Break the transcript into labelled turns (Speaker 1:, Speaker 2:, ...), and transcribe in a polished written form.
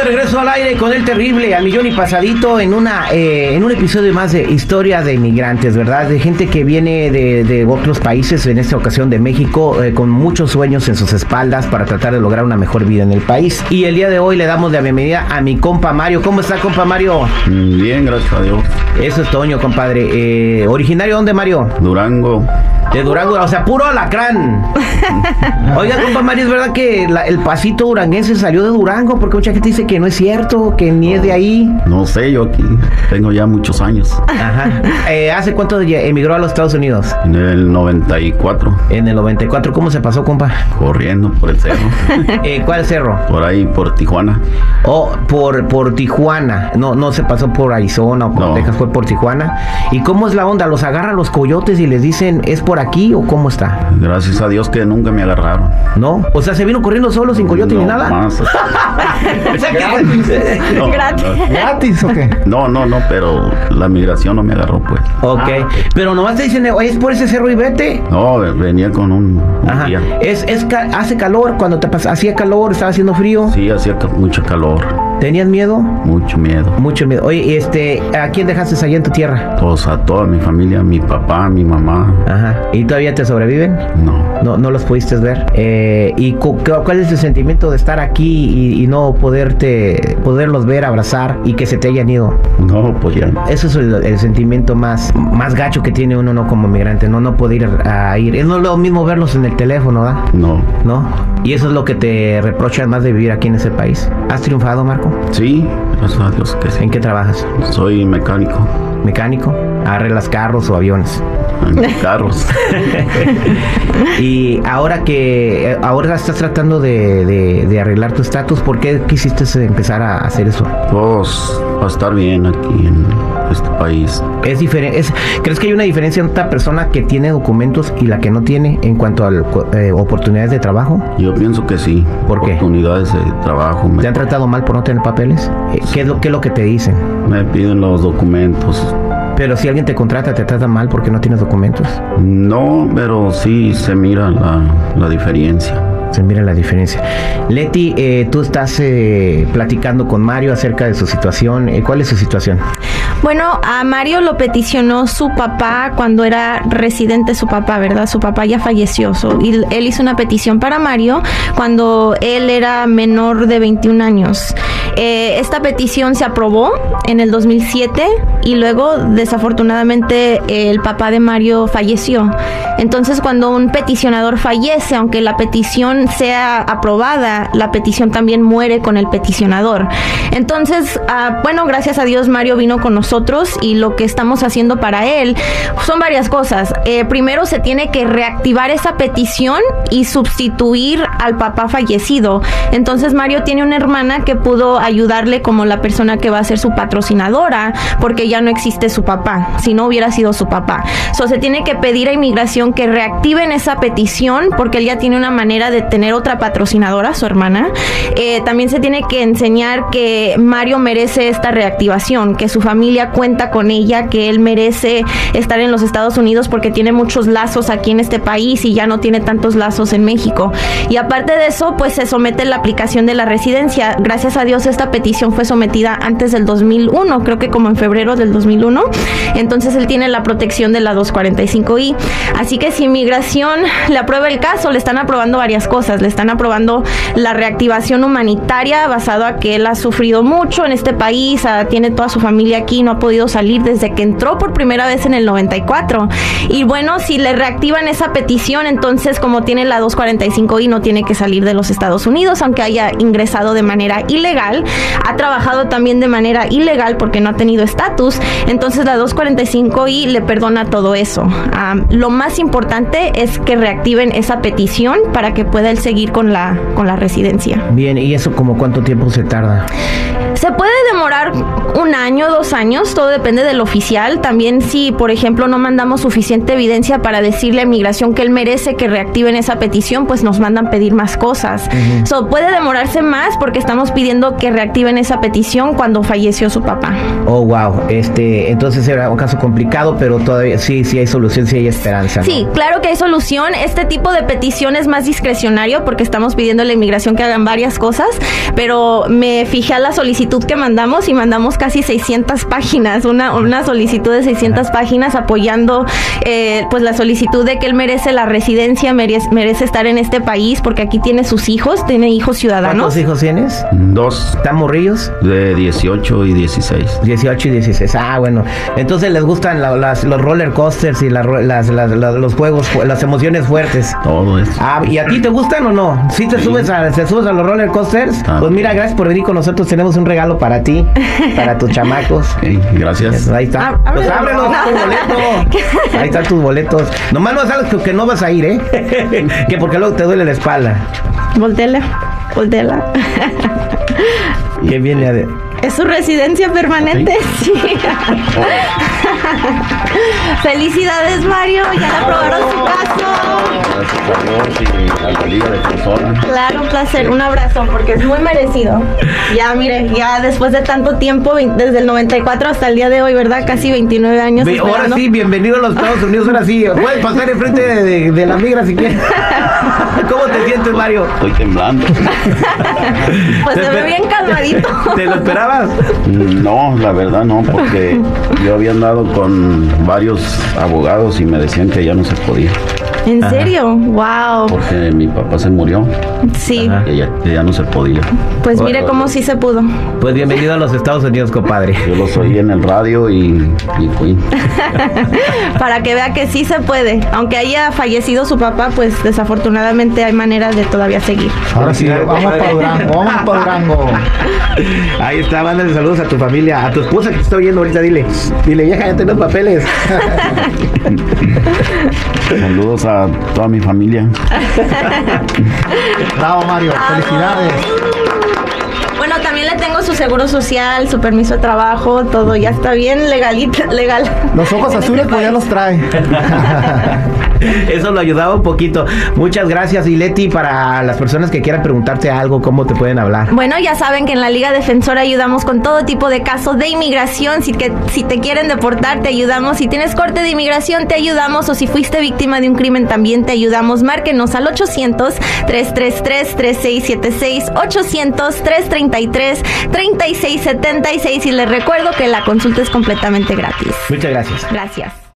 Speaker 1: regreso al aire con el terrible al millón y pasadito en un episodio más de historia de inmigrantes, ¿verdad? De gente que viene de otros países, en esta ocasión de México, con muchos sueños en sus espaldas para tratar de lograr una mejor vida en el país. Y el día de hoy le damos la bienvenida a mi compa Mario. ¿Cómo está, compa Mario?
Speaker 2: Bien, gracias a Dios.
Speaker 1: Eso es Toño, compadre. ¿Originario dónde, Mario?
Speaker 2: Durango.
Speaker 1: De Durango, o sea, puro alacrán. Oiga, compa Mario, ¿es verdad que el pasito duranguense salió de Durango? Porque mucha gente dice que no es cierto, que ni es de ahí.
Speaker 2: No sé, yo aquí tengo ya muchos años.
Speaker 1: Ajá. ¿Hace cuánto emigró a los Estados Unidos?
Speaker 2: En el 94.
Speaker 1: En el 94, ¿cómo se pasó, compa?
Speaker 2: Corriendo por el cerro.
Speaker 1: ¿Cuál cerro?
Speaker 2: Por ahí, por Tijuana.
Speaker 1: Oh, por Tijuana. No se pasó por Arizona o por Texas, fue por Tijuana. ¿Y cómo es la onda? ¿Los agarran los coyotes y les dicen, es por aquí o cómo está?
Speaker 2: Gracias a Dios que nunca me agarraron.
Speaker 1: ¿No? O sea, ¿se vino corriendo solo, sin coyote ni nada?
Speaker 2: Más.
Speaker 1: ¿Gratis o qué?
Speaker 2: No, pero la migración no me agarró, pues.
Speaker 1: Ok, pero nomás te dicen, ¿es por ese cerro y vete?
Speaker 2: No, venía con un día.
Speaker 1: ¿Hace calor? Cuando hacía calor, estaba haciendo frío.
Speaker 2: Sí, hacía mucho calor.
Speaker 1: ¿Tenías miedo?
Speaker 2: Mucho miedo.
Speaker 1: Mucho miedo. Oye, ¿a quién dejaste allá en tu tierra?
Speaker 2: Pues a toda mi familia, mi papá, mi mamá.
Speaker 1: Ajá. ¿Y todavía te sobreviven? No los pudiste ver. ¿Y cuál es el sentimiento de estar aquí y no poderlos ver, abrazar y que se te hayan ido?
Speaker 2: No, pues ya.
Speaker 1: Eso es el sentimiento más gacho que tiene uno, ¿no? Como migrante, no poder ir. No es lo mismo verlos en el teléfono, ¿verdad? No. Y eso es lo que te reprochan más de vivir aquí en ese país. ¿Has triunfado, Marco?
Speaker 2: Sí, gracias a Dios que sí.
Speaker 1: ¿En qué trabajas?
Speaker 2: Soy mecánico.
Speaker 1: ¿Mecánico? ¿Arreglas carros o aviones?
Speaker 2: Carros.
Speaker 1: Y ahora estás tratando de arreglar tu estatus, ¿por qué quisiste empezar a hacer eso?
Speaker 2: Pues para estar bien aquí en este país.
Speaker 1: Es diferente. ¿Crees que hay una diferencia entre una persona que tiene documentos y la que no tiene en cuanto a oportunidades de trabajo?
Speaker 2: Yo pienso que sí.
Speaker 1: ¿Por qué?
Speaker 2: Oportunidades de trabajo.
Speaker 1: ¿Te han tratado mal por no tener papeles? ¿Qué es lo que te dicen?
Speaker 2: Me piden los documentos.
Speaker 1: Pero si alguien te contrata, ¿te trata mal porque no tienes documentos?
Speaker 2: No, pero sí se mira la diferencia.
Speaker 1: Se mira la diferencia. Leti, tú estás platicando con Mario acerca de su situación. ¿Cuál es su situación?
Speaker 3: Bueno, a Mario lo peticionó su papá cuando era residente su papá, ¿verdad? Su papá ya falleció. Y él hizo una petición para Mario cuando él era menor de 21 años. Esta petición se aprobó en el 2007 y luego, desafortunadamente, el papá de Mario falleció. Entonces, cuando un peticionador fallece, aunque la petición sea aprobada, la petición también muere con el peticionador. Entonces, gracias a Dios, Mario vino con nosotros y lo que estamos haciendo para él son varias cosas. Primero, se tiene que reactivar esa petición y sustituir al papá fallecido. Entonces, Mario tiene una hermana que pudo ayudarle como la persona que va a ser su patrocinadora, porque ya no existe su papá, si no hubiera sido su papá. Se tiene que pedir a inmigración que reactiven esa petición, porque él ya tiene una manera de tener otra patrocinadora, su hermana. También se tiene que enseñar que Mario merece esta reactivación, que su familia cuenta con ella, que él merece estar en los Estados Unidos porque tiene muchos lazos aquí en este país y ya no tiene tantos lazos en México. Y aparte de eso, pues se somete la aplicación de la residencia. Gracias a Dios, esta petición fue sometida antes del 2001, creo que como en febrero del 2001. Entonces él tiene la protección de la 245I. Así que si inmigración le aprueba el caso, le están aprobando varias cosas. Le están aprobando la reactivación humanitaria basado a que él ha sufrido mucho en este país, tiene toda su familia aquí, no ha podido salir desde que entró por primera vez en el 94. Y bueno, si le reactivan esa petición, entonces como tiene la 245I no tiene que salir de los Estados Unidos, aunque haya ingresado de manera ilegal. Ha trabajado también de manera ilegal porque no ha tenido estatus. Entonces la 245I le perdona todo eso. Lo más importante es que reactiven esa petición para que pueda él seguir con la residencia.
Speaker 1: Bien, ¿y eso como cuánto tiempo se tarda?
Speaker 3: Se puede demorar 1 año, 2 años, todo depende del oficial. También si, por ejemplo, no mandamos suficiente evidencia para decirle a Migración que él merece que reactiven esa petición, pues nos mandan pedir más cosas. Puede demorarse más porque estamos pidiendo que reactiven esa petición cuando falleció su papá.
Speaker 1: Oh, wow. Entonces era un caso complicado, pero todavía sí hay solución, sí hay esperanza, ¿no?
Speaker 3: Sí, claro que hay solución. Este tipo de petición es más discrecionario porque estamos pidiendo a la Inmigración que hagan varias cosas, pero me fijé a la solicitud que mandamos y mandamos casi 600 páginas, una solicitud de 600 páginas apoyando pues la solicitud de que él merece la residencia, merece estar en este país porque aquí tiene sus hijos, tiene hijos ciudadanos.
Speaker 1: ¿Cuántos hijos tienes?
Speaker 2: 2.
Speaker 1: ¿Están morrillos?
Speaker 2: De 18 y 16.
Speaker 1: 18 y 16. Ah, bueno. Entonces les gustan los roller coasters y los juegos, las emociones fuertes.
Speaker 2: Todo eso.
Speaker 1: Ah, ¿y a ti te gustan o no? ¿Sí te subes a los roller coasters? Pues mira, gracias por venir con nosotros. Tenemos un regalo para ti, para tus chamacos.
Speaker 2: Okay, gracias.
Speaker 1: Ahí está. Pues ábrelos, tu boleto. Ahí están tus boletos. Nomás no sabes que no vas a ir, ¿eh? Que porque luego te duele la espalda.
Speaker 3: Voltela.
Speaker 1: ¿Qué viene de...?
Speaker 3: ¿Es su residencia permanente? Sí. Felicidades, Mario. Ya le aprobaron su caso.
Speaker 2: Gracias a Dios y a la Liga Defensora.
Speaker 3: Claro, un placer. Un abrazo, porque es muy merecido. Ya, mire, ya después de tanto tiempo, desde el 94 hasta el día de hoy, ¿verdad? Casi 29 años esperando.
Speaker 1: Ahora sí, bienvenido a los Estados Unidos. Ahora sí, puedes pasar enfrente de la migra si quieres. ¿Cómo te sientes, Mario?
Speaker 2: Estoy temblando.
Speaker 3: Pues se ve bien calmadito.
Speaker 1: ¿Te lo esperabas?
Speaker 2: No, la verdad no, porque yo había andado con varios abogados y me decían que ya no se podía.
Speaker 3: ¿En serio? Wow.
Speaker 2: Porque mi papá se murió.
Speaker 3: Sí.
Speaker 2: Y ya no se podía.
Speaker 3: Pues mire cómo sí se pudo.
Speaker 1: Pues bienvenido a los Estados Unidos, compadre.
Speaker 2: Yo los oí en el radio y fui.
Speaker 3: Para que vea que sí se puede. Aunque haya fallecido su papá, pues desafortunadamente hay maneras de todavía seguir.
Speaker 4: Ahora sí, vamos para Durango,
Speaker 1: Ahí está, mándale saludos a tu familia, a tu esposa que te está oyendo ahorita, dile, vieja, ya tenés papeles.
Speaker 2: Saludos a toda mi familia.
Speaker 4: Bravo, Mario, felicidades.
Speaker 3: Bueno, también le tengo su seguro social, su permiso de trabajo, todo ya está bien legal.
Speaker 4: Los ojos azules pues ya los trae.
Speaker 1: Eso lo ayudaba un poquito. Muchas gracias. Y Leti, para las personas que quieran preguntarte algo, ¿cómo te pueden hablar?
Speaker 3: Bueno, ya saben que en la Liga Defensora ayudamos con todo tipo de casos de inmigración. Si te quieren deportar, te ayudamos. Si tienes corte de inmigración, te ayudamos. O si fuiste víctima de un crimen, también te ayudamos. Márquenos al 800-333-3676, 800-333-3676. Y les recuerdo que la consulta es completamente gratis.
Speaker 1: Muchas gracias.
Speaker 3: Gracias.